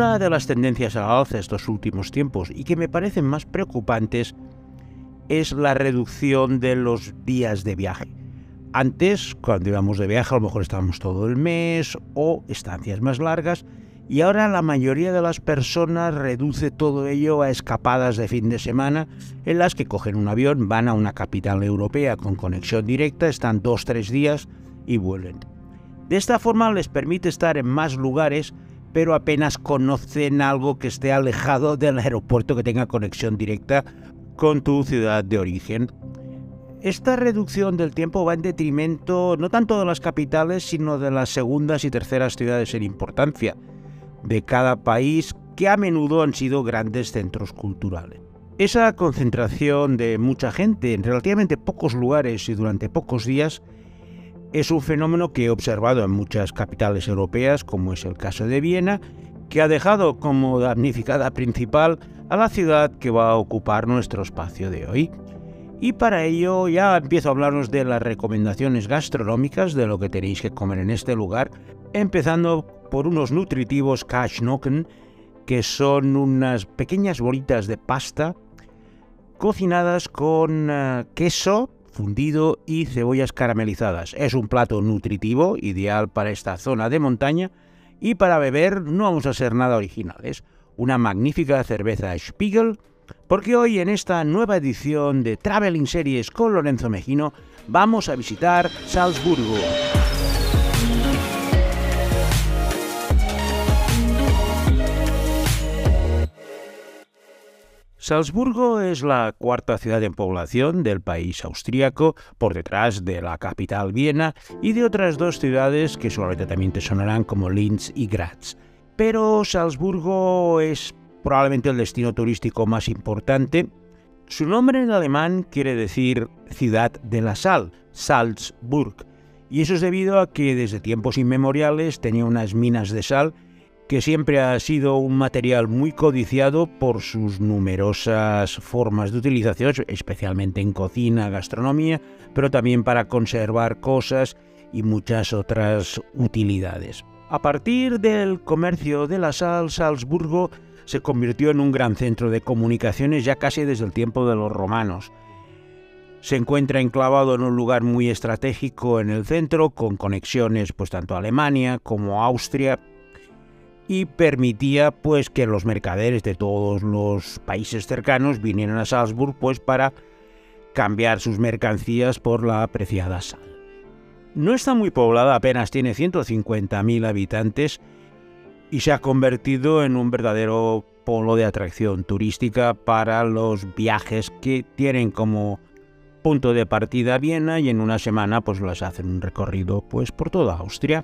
Una de las tendencias a la alza estos últimos tiempos y que me parecen más preocupantes es la reducción de los días de viaje. Antes, cuando íbamos de viaje, a lo mejor estábamos todo el mes o estancias más largas, y ahora la mayoría de las personas reduce todo ello a escapadas de fin de semana en las que cogen un avión, van a una capital europea con conexión directa, están 2-3 días y vuelven. De esta forma les permite estar en más lugares, pero apenas conocen algo que esté alejado del aeropuerto que tenga conexión directa con tu ciudad de origen. Esta reducción del tiempo va en detrimento no tanto de las capitales, sino de las segundas y terceras ciudades en importancia de cada país, que a menudo han sido grandes centros culturales. Esa concentración de mucha gente en relativamente pocos lugares y durante pocos días es un fenómeno que he observado en muchas capitales europeas, como es el caso de Viena, que ha dejado como damnificada principal a la ciudad que va a ocupar nuestro espacio de hoy. Y para ello ya empiezo a hablaros de las recomendaciones gastronómicas de lo que tenéis que comer en este lugar, empezando por unos nutritivos Kaasnokken, que son unas pequeñas bolitas de pasta cocinadas con queso fundido y cebollas caramelizadas. Es un plato nutritivo, ideal para esta zona de montaña, y para beber no vamos a ser nada originales. Una magnífica cerveza Spiegel, porque hoy en esta nueva edición de Traveling Series con Lorenzo Mejino vamos a visitar Salzburgo. Salzburgo es la cuarta ciudad en población del país austríaco, por detrás de la capital Viena y de otras dos ciudades que seguramente también te sonarán como Linz y Graz. Pero Salzburgo es probablemente el destino turístico más importante. Su nombre en alemán quiere decir ciudad de la sal, Salzburg, y eso es debido a que desde tiempos inmemoriales tenía unas minas de sal que siempre ha sido un material muy codiciado por sus numerosas formas de utilización, especialmente en cocina, gastronomía, pero también para conservar cosas y muchas otras utilidades. A partir del comercio de la sal, Salzburgo se convirtió en un gran centro de comunicaciones ya casi desde el tiempo de los romanos. Se encuentra enclavado en un lugar muy estratégico en el centro, con conexiones pues tanto a Alemania como a Austria, y permitía pues que los mercaderes de todos los países cercanos vinieran a Salzburg pues para cambiar sus mercancías por la apreciada sal. No está muy poblada, apenas tiene 150.000 habitantes y se ha convertido en un verdadero polo de atracción turística para los viajes que tienen como punto de partida Viena y en una semana pues les hacen un recorrido pues por toda Austria.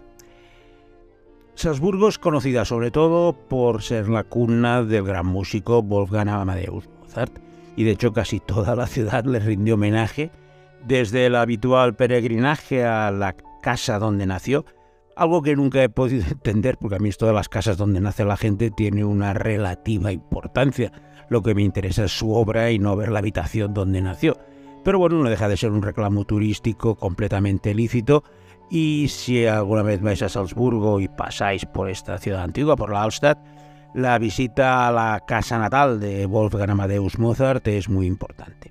Salzburgo es conocida sobre todo por ser la cuna del gran músico Wolfgang Amadeus Mozart, y de hecho casi toda la ciudad le rinde homenaje, desde el habitual peregrinaje a la casa donde nació, algo que nunca he podido entender porque a mí esto de las casas donde nace la gente tiene una relativa importancia. Lo que me interesa es su obra y no ver la habitación donde nació. Pero bueno, no deja de ser un reclamo turístico completamente lícito. Y si alguna vez vais a Salzburgo y pasáis por esta ciudad antigua, por la Altstadt, la visita a la casa natal de Wolfgang Amadeus Mozart es muy importante.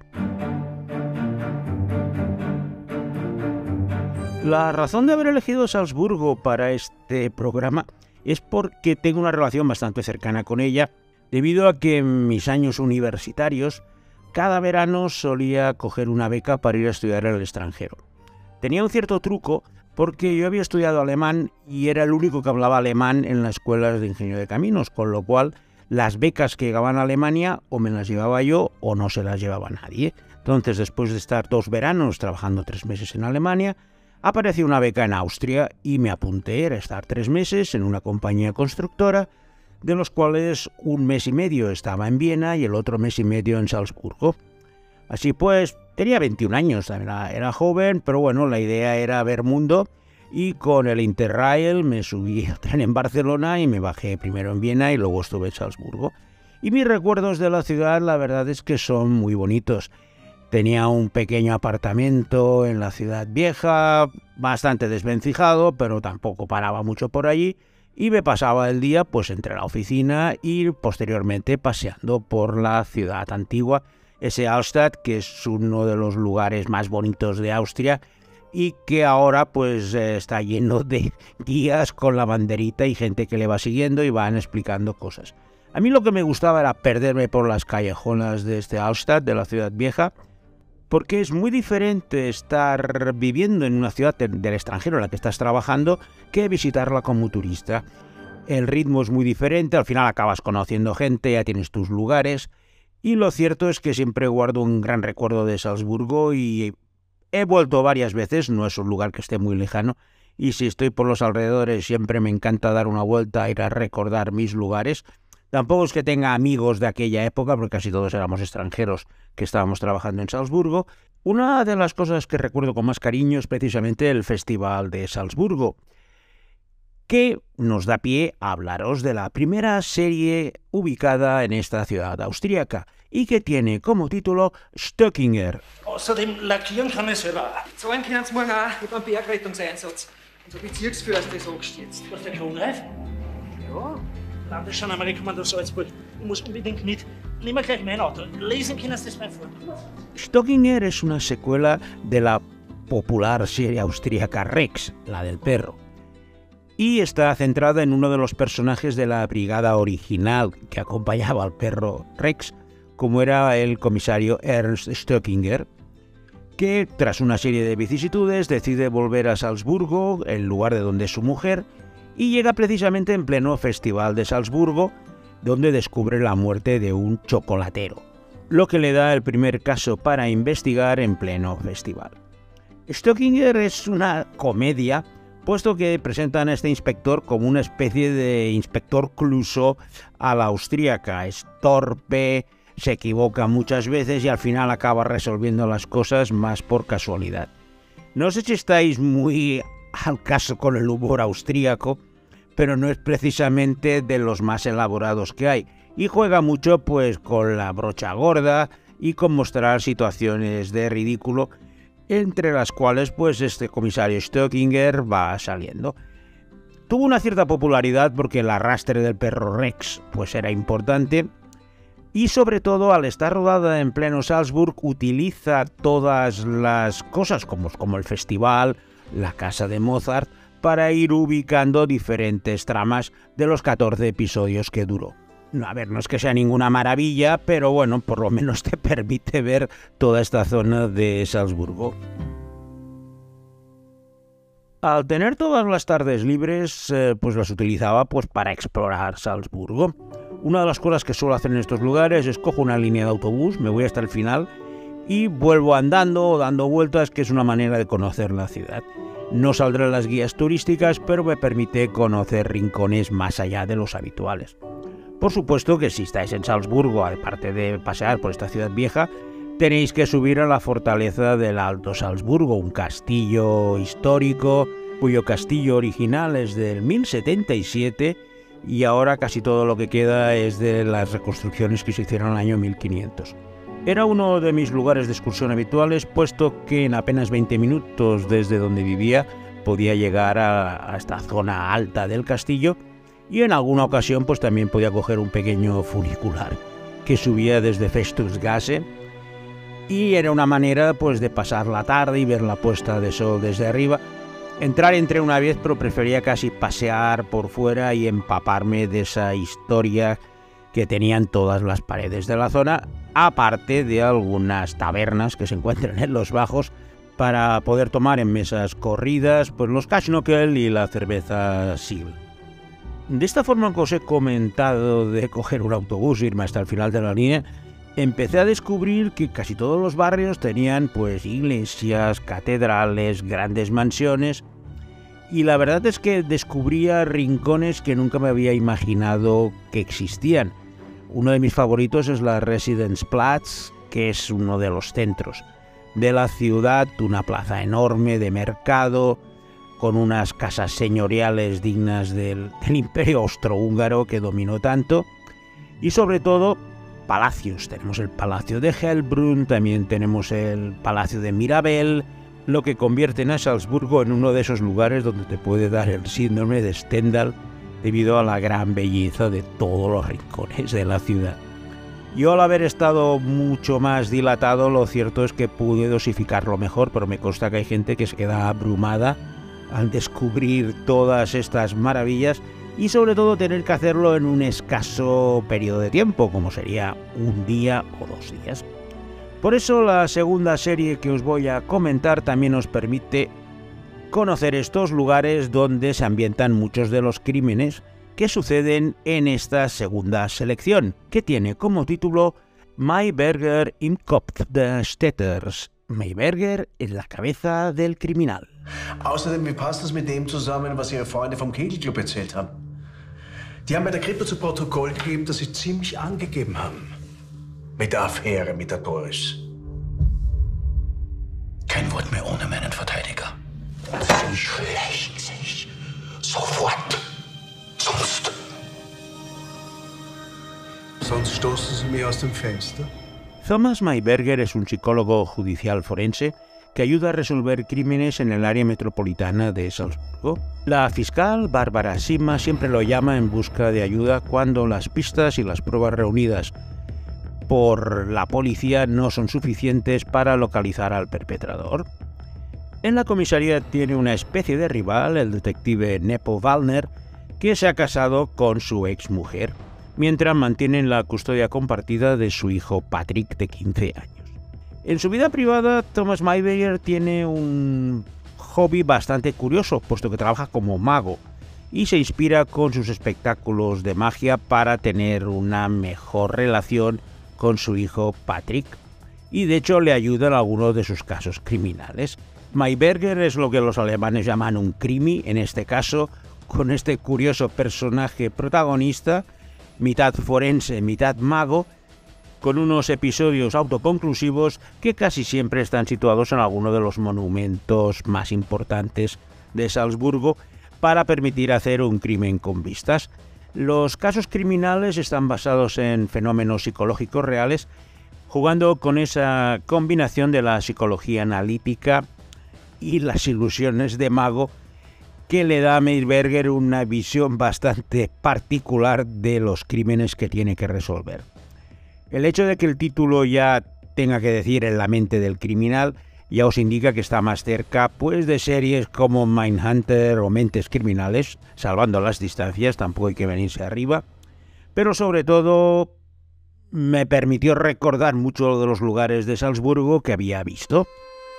La razón de haber elegido Salzburgo para este programa es porque tengo una relación bastante cercana con ella, debido a que en mis años universitarios, cada verano solía coger una beca para ir a estudiar en el extranjero. Tenía un cierto truco porque yo había estudiado alemán y era el único que hablaba alemán en las escuelas de ingeniería de caminos, con lo cual las becas que llegaban a Alemania o me las llevaba yo o no se las llevaba nadie. Entonces, después de estar 2 veranos trabajando 3 meses en Alemania, apareció una beca en Austria y me apunté. Era estar 3 meses en una compañía constructora, de los cuales 1 mes y medio estaba en Viena y el otro mes y medio en Salzburgo. Así pues, tenía 21 años, era joven, pero bueno, la idea era ver mundo, y con el Interrail me subí al tren en Barcelona y me bajé primero en Viena y luego estuve en Salzburgo. Y mis recuerdos de la ciudad, la verdad es que son muy bonitos. Tenía un pequeño apartamento en la ciudad vieja, bastante desvencijado, pero tampoco paraba mucho por allí, y me pasaba el día pues entre la oficina y posteriormente paseando por la ciudad antigua, ese Altstadt, que es uno de los lugares más bonitos de Austria y que ahora pues está lleno de guías con la banderita y gente que le va siguiendo y van explicando cosas. A mí lo que me gustaba era perderme por las callejonas de este Altstadt, de la ciudad vieja, porque es muy diferente estar viviendo en una ciudad del extranjero en la que estás trabajando que visitarla como turista. El ritmo es muy diferente, al final acabas conociendo gente, ya tienes tus lugares, y lo cierto es que siempre guardo un gran recuerdo de Salzburgo y he vuelto varias veces, no es un lugar que esté muy lejano, y si estoy por los alrededores siempre me encanta dar una vuelta, ir a recordar mis lugares. Tampoco es que tenga amigos de aquella época, porque casi todos éramos extranjeros que estábamos trabajando en Salzburgo. Una de las cosas que recuerdo con más cariño es precisamente el Festival de Salzburgo, que nos da pie a hablaros de la primera serie ubicada en esta ciudad austríaca y que tiene como título Stöckinger. Außerdem lackieren kann es selber. Zahlen können Sie morgen auch mit einem Bergrettungseinsatz. Unser Bezirksförster ist angestürzt. Was der Kronreif? Ja, Landesgendarmeriekommando Salzburg. Ich muss unbedingt mit. Nimm mir gleich mein Auto. Lesen können Sie das mein Vor. Stöckinger es una secuela de la popular serie austríaca Rex, la del perro, y está centrada en uno de los personajes de la brigada original que acompañaba al perro Rex, como era el comisario Ernst Stöckinger, que tras una serie de vicisitudes decide volver a Salzburgo, el lugar de donde es su mujer, y llega precisamente en pleno Festival de Salzburgo, donde descubre la muerte de un chocolatero, lo que le da el primer caso para investigar en pleno festival. Stöckinger es una comedia, puesto que presentan a este inspector como una especie de inspector Clouseau a la austríaca. Es torpe, se equivoca muchas veces y al final acaba resolviendo las cosas más por casualidad. No sé si estáis muy al caso con el humor austríaco, pero no es precisamente de los más elaborados que hay, y juega mucho pues con la brocha gorda y con mostrar situaciones de ridículo, entre las cuales pues este comisario Stöckinger va saliendo. Tuvo una cierta popularidad porque el arrastre del perro Rex pues era importante, y sobre todo al estar rodada en pleno Salzburg utiliza todas las cosas como el festival, la casa de Mozart, para ir ubicando diferentes tramas de los 14 episodios que duró. A ver, no es que sea ninguna maravilla, pero bueno, por lo menos te permite ver toda esta zona de Salzburgo. Al tener todas las tardes libres, pues las utilizaba pues para explorar Salzburgo. Una de las cosas que suelo hacer en estos lugares es cojo una línea de autobús, me voy hasta el final y vuelvo andando o dando vueltas, que es una manera de conocer la ciudad. No saldré en las guías turísticas, pero me permite conocer rincones más allá de los habituales. Por supuesto que si estáis en Salzburgo, aparte de pasear por esta ciudad vieja, tenéis que subir a la fortaleza del Alto Salzburgo, un castillo histórico, cuyo castillo original es del 1077 y ahora casi todo lo que queda es de las reconstrucciones que se hicieron en el año 1500. Era uno de mis lugares de excursión habituales, puesto que en apenas 20 minutos desde donde vivía podía llegar a esta zona alta del castillo, y en alguna ocasión pues también podía coger un pequeño funicular que subía desde Festusgasse, y era una manera pues de pasar la tarde y ver la puesta de sol desde arriba. Entrar entré una vez, pero prefería casi pasear por fuera y empaparme de esa historia que tenían todas las paredes de la zona, aparte de algunas tabernas que se encuentran en los bajos para poder tomar en mesas corridas pues los Kaschnockel y la cerveza Siegel. De esta forma que os he comentado de coger un autobús e irme hasta el final de la línea, empecé a descubrir que casi todos los barrios tenían pues iglesias, catedrales, grandes mansiones, y la verdad es que descubría rincones que nunca me había imaginado que existían. Uno de mis favoritos es la Residenzplatz, que es uno de los centros de la ciudad, una plaza enorme de mercado, con unas casas señoriales dignas del imperio austrohúngaro que dominó tanto, y sobre todo palacios. Tenemos el Palacio de Hellbrunn, también tenemos el Palacio de Mirabel, lo que convierte a Salzburgo en uno de esos lugares donde te puede dar el síndrome de Stendhal debido a la gran belleza de todos los rincones de la ciudad. Yo, al haber estado mucho más dilatado, lo cierto es que pude dosificarlo mejor, pero me consta que hay gente que se queda abrumada al descubrir todas estas maravillas y sobre todo tener que hacerlo en un escaso periodo de tiempo, como sería un día o 2 días. Por eso la segunda serie que os voy a comentar también os permite conocer estos lugares donde se ambientan muchos de los crímenes que suceden en esta segunda selección, que tiene como título Mayberger im Kopf des Täters. Mayberger en la cabeza del criminal. Außerdem, wie passt das mit dem zusammen, was Ihre Freunde vom Kegelclub erzählt haben? Die haben bei der Krippe zu Protokoll gegeben, dass Sie ziemlich angegeben haben. Mit der Affäre mit der Doris. Kein Wort mehr ohne meinen Verteidiger. Sie schleichen sich. Sofort. Sonst stoßen Sie mich aus dem Fenster. Thomas Mayberger es un psicólogo judicial forense que ayuda a resolver crímenes en el área metropolitana de Salzburgo. La fiscal Bárbara Sima siempre lo llama en busca de ayuda cuando las pistas y las pruebas reunidas por la policía no son suficientes para localizar al perpetrador. En la comisaría tiene una especie de rival, el detective Nepo Wallner, que se ha casado con su exmujer, mientras mantienen la custodia compartida de su hijo Patrick, de 15 años. En su vida privada, Thomas Mayberger tiene un hobby bastante curioso, puesto que trabaja como mago y se inspira con sus espectáculos de magia para tener una mejor relación con su hijo Patrick, y de hecho le ayuda en algunos de sus casos criminales. Mayberger es lo que los alemanes llaman un krimi, en este caso, con este curioso personaje protagonista, mitad forense, mitad mago, con unos episodios autoconclusivos que casi siempre están situados en alguno de los monumentos más importantes de Salzburgo para permitir hacer un crimen con vistas. Los casos criminales están basados en fenómenos psicológicos reales, jugando con esa combinación de la psicología analítica y las ilusiones de mago que le da a Mayberger una visión bastante particular de los crímenes que tiene que resolver. El hecho de que el título ya tenga que decir en la mente del criminal ya os indica que está más cerca pues de series como Mindhunter o Mentes Criminales, salvando las distancias, tampoco hay que venirse arriba, pero sobre todo me permitió recordar mucho de los lugares de Salzburgo que había visto.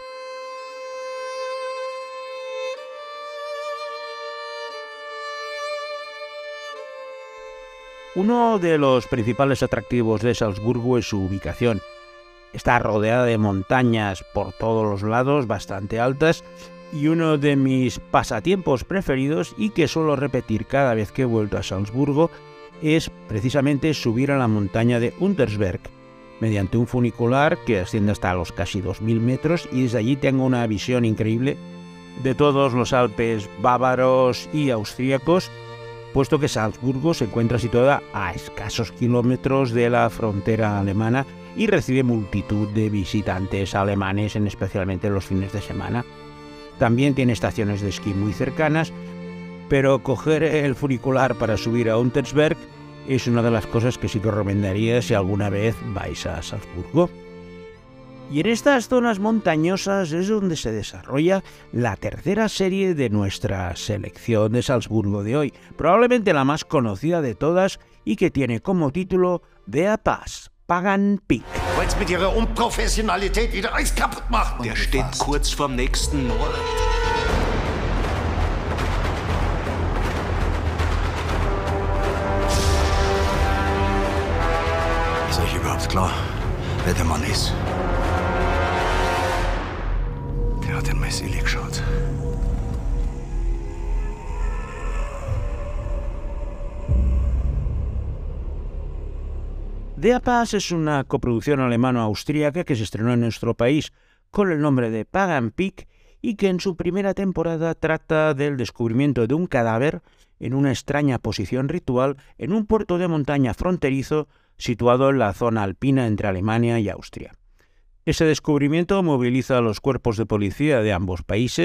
Uno de los principales atractivos de Salzburgo es su ubicación. Está rodeada de montañas por todos los lados, bastante altas, y uno de mis pasatiempos preferidos y que suelo repetir cada vez que he vuelto a Salzburgo es precisamente subir a la montaña de Untersberg mediante un funicular que asciende hasta los casi 2000 metros, y desde allí tengo una visión increíble de todos los Alpes bávaros y austríacos, puesto que Salzburgo se encuentra situada a escasos kilómetros de la frontera alemana y recibe multitud de visitantes alemanes, especialmente en los fines de semana. También tiene estaciones de esquí muy cercanas, pero coger el funicular para subir a Untersberg es una de las cosas que sí que os recomendaría si alguna vez vais a Salzburgo. Y en estas zonas montañosas es donde se desarrolla la tercera serie de nuestra selección de Salzburgo de hoy, probablemente la más conocida de todas y que tiene como título Der Pass, Pagan Peak. Wollt's mit ihrer Unprofessionalität wieder alles kaputt machen. Der steht kurz vorm nächsten Mord. Ist euch überhaupt klar, wer der Mann ist? Der hat in meine Seele geschaut. Der Pass es una coproducción alemano-austríaca que se estrenó en nuestro país con el nombre de Pagan Peak y que en su primera temporada trata del descubrimiento de un cadáver en una extraña posición ritual en un puerto de montaña fronterizo situado en la zona alpina entre Alemania y Austria. Ese descubrimiento moviliza a los cuerpos de policía de ambos países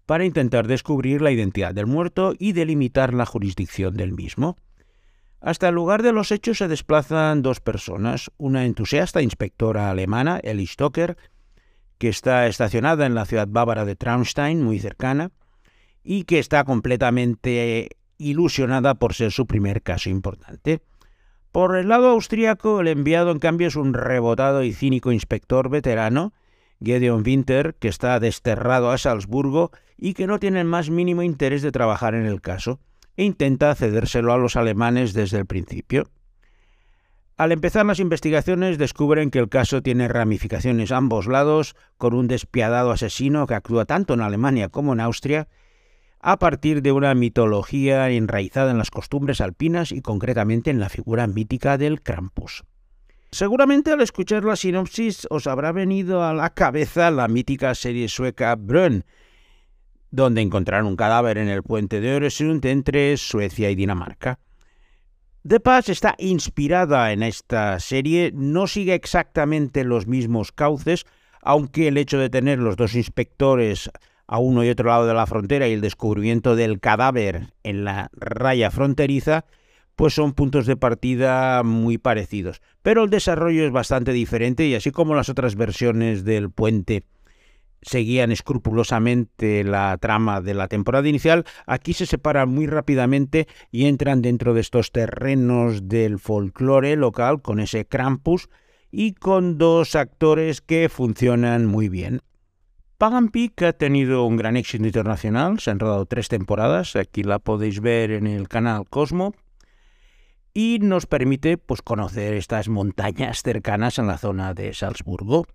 para intentar descubrir la identidad del muerto y delimitar la jurisdicción del mismo. Hasta el lugar de los hechos se desplazan dos personas, una entusiasta inspectora alemana, Ellie Stocker, que está estacionada en la ciudad bávara de Traunstein, muy cercana, y que está completamente ilusionada por ser su primer caso importante. Por el lado austríaco, el enviado en cambio es un rebotado y cínico inspector veterano, Gedeon Winter, que está desterrado a Salzburgo y que no tiene el más mínimo interés de trabajar en el caso, e intenta cedérselo a los alemanes desde el principio. Al empezar las investigaciones descubren que el caso tiene ramificaciones a ambos lados, con un despiadado asesino que actúa tanto en Alemania como en Austria, a partir de una mitología enraizada en las costumbres alpinas y concretamente en la figura mítica del Krampus. Seguramente al escuchar la sinopsis os habrá venido a la cabeza la mítica serie sueca Brön, donde encontraron un cadáver en el puente de Öresund entre Suecia y Dinamarca. The Pass está inspirada en esta serie, no sigue exactamente los mismos cauces, aunque el hecho de tener los dos inspectores a uno y otro lado de la frontera y el descubrimiento del cadáver en la raya fronteriza, pues son puntos de partida muy parecidos. Pero el desarrollo es bastante diferente y así como las otras versiones del puente seguían escrupulosamente la trama de la temporada inicial, aquí se separan muy rápidamente y entran dentro de estos terrenos del folclore local con ese Krampus y con dos actores que funcionan muy bien. Pagan Peak ha tenido un gran éxito internacional, se han rodado 3 temporadas, aquí la podéis ver en el canal Cosmo, y nos permite pues, conocer estas montañas cercanas en la zona de Salzburgo.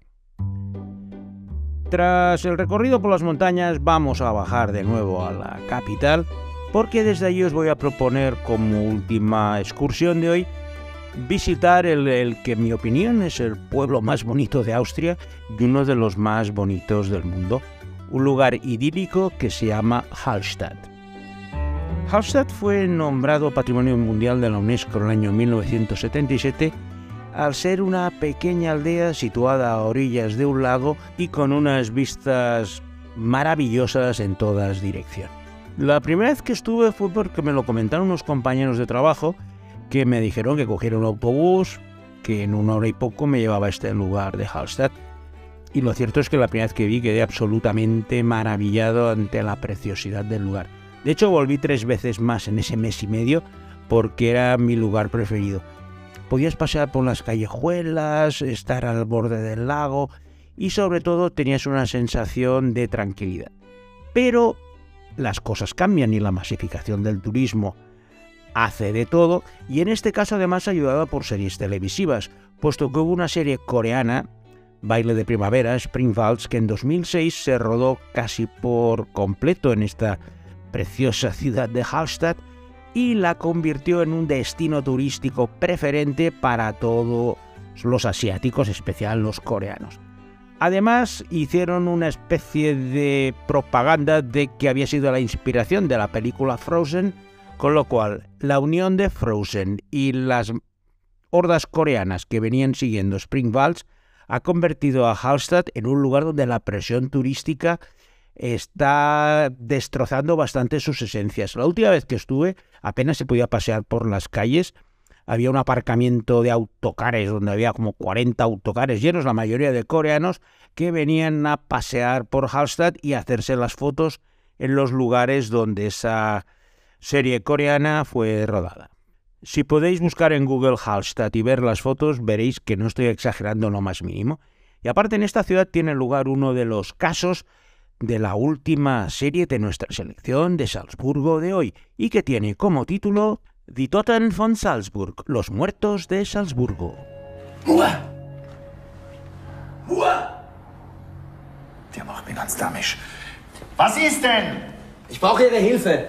Tras el recorrido por las montañas vamos a bajar de nuevo a la capital, porque desde allí os voy a proponer como última excursión de hoy visitar el que en mi opinión es el pueblo más bonito de Austria y uno de los más bonitos del mundo, un lugar idílico que se llama Hallstatt. Hallstatt fue nombrado Patrimonio Mundial de la UNESCO en el año 1977 al ser una pequeña aldea situada a orillas de un lago y con unas vistas maravillosas en todas direcciones. La primera vez que estuve fue porque me lo comentaron unos compañeros de trabajo que me dijeron que cogiera un autobús que en 1 hora y poco me llevaba a este lugar de Hallstatt. Y lo cierto es que la primera vez que vi quedé absolutamente maravillado ante la preciosidad del lugar. De hecho, volví 3 veces más en ese mes y medio porque era mi lugar preferido. Podías pasear por las callejuelas, estar al borde del lago y sobre todo tenías una sensación de tranquilidad. Pero las cosas cambian y la masificación del turismo hace de todo, y en este caso además ayudada por series televisivas, puesto que hubo una serie coreana, Baile de Primavera, Spring Waltz, que en 2006 se rodó casi por completo en esta preciosa ciudad de Hallstatt y la convirtió en un destino turístico preferente para todos los asiáticos, en especial los coreanos. Además, hicieron una especie de propaganda de que había sido la inspiración de la película Frozen, con lo cual la unión de Frozen y las hordas coreanas que venían siguiendo Spring Waltz ha convertido a Hallstatt en un lugar donde la presión turística está destrozando bastante sus esencias. La última vez que estuve apenas se podía pasear por las calles. Había un aparcamiento de autocares donde había como 40 autocares llenos, la mayoría de coreanos, que venían a pasear por Hallstatt y a hacerse las fotos en los lugares donde esa serie coreana fue rodada. Si podéis buscar en Google Hallstatt y ver las fotos, veréis que no estoy exagerando en lo más mínimo. Y aparte en esta ciudad tiene lugar uno de los casos de la última serie de nuestra selección de Salzburgo de hoy, y que tiene como título Die Toten von Salzburg, los muertos de Salzburgo. Ruhe! Ruhe! Der macht mich ganz damisch. Was ist denn? Ich brauche Ihre Hilfe.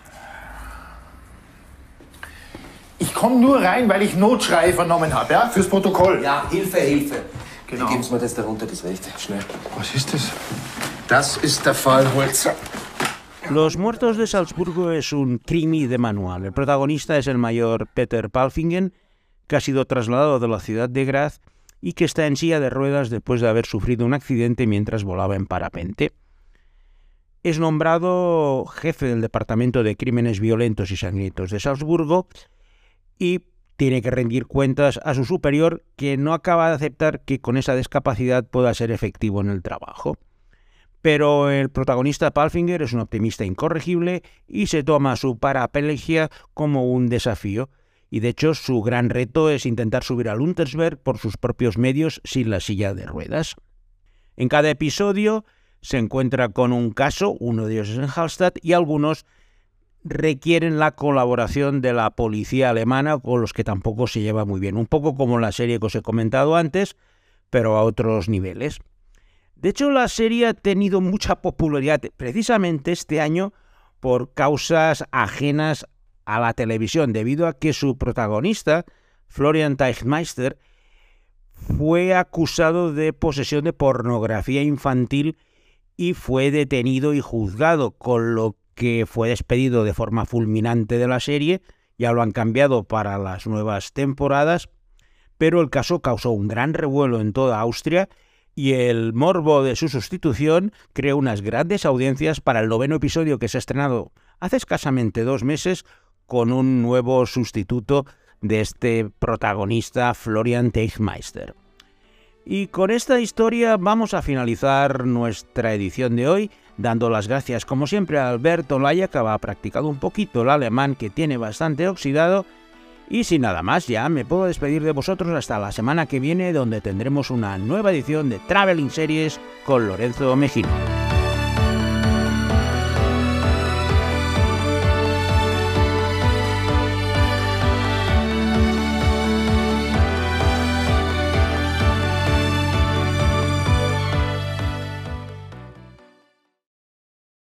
Ich komme nur rein, weil ich Notschrei vernommen habe, ja? Fürs Protokoll. Ja, Hilfe, Hilfe. Genau. Geben Sie mir das da runter, das Rechte. Schnell. Was ist das? Das ist der Fall Holzer. Los muertos de Salzburgo es un krimi de manual. El protagonista es el mayor Peter Palfingen, que ha sido trasladado de la ciudad de Graz y que está en silla de ruedas después de haber sufrido un accidente mientras volaba en parapente. es nombrado jefe del Departamento de Crímenes Violentos y Sangrientos de Salzburgo y tiene que rendir cuentas a su superior, que no acaba de aceptar que con esa discapacidad pueda ser efectivo en el trabajo. Pero el protagonista Palfinger es un optimista incorregible y se toma su paraplegia como un desafío. Y de hecho su gran reto es intentar subir al Untersberg por sus propios medios sin la silla de ruedas. En cada episodio se encuentra con un caso, uno de ellos es en Hallstatt, y algunos requieren la colaboración de la policía alemana, con los que tampoco se lleva muy bien. Un poco como la serie que os he comentado antes, pero a otros niveles. De hecho, la serie ha tenido mucha popularidad precisamente este año por causas ajenas a la televisión, debido a que su protagonista, Florian Teichmeister, fue acusado de posesión de pornografía infantil y fue detenido y juzgado, con lo que fue despedido de forma fulminante de la serie. Ya lo han cambiado para las nuevas temporadas, pero el caso causó un gran revuelo en toda Austria y el morbo de su sustitución creó unas grandes audiencias para el 9º episodio, que se ha estrenado hace escasamente 2 meses, con un nuevo sustituto de este protagonista, Florian Teichmeister. Y con esta historia vamos a finalizar nuestra edición de hoy, dando las gracias como siempre a Alberto Laya, que ha practicado un poquito el alemán, que tiene bastante oxidado. Y sin nada más, ya me puedo despedir de vosotros hasta la semana que viene, donde tendremos una nueva edición de Traveling Series con Lorenzo Mejino.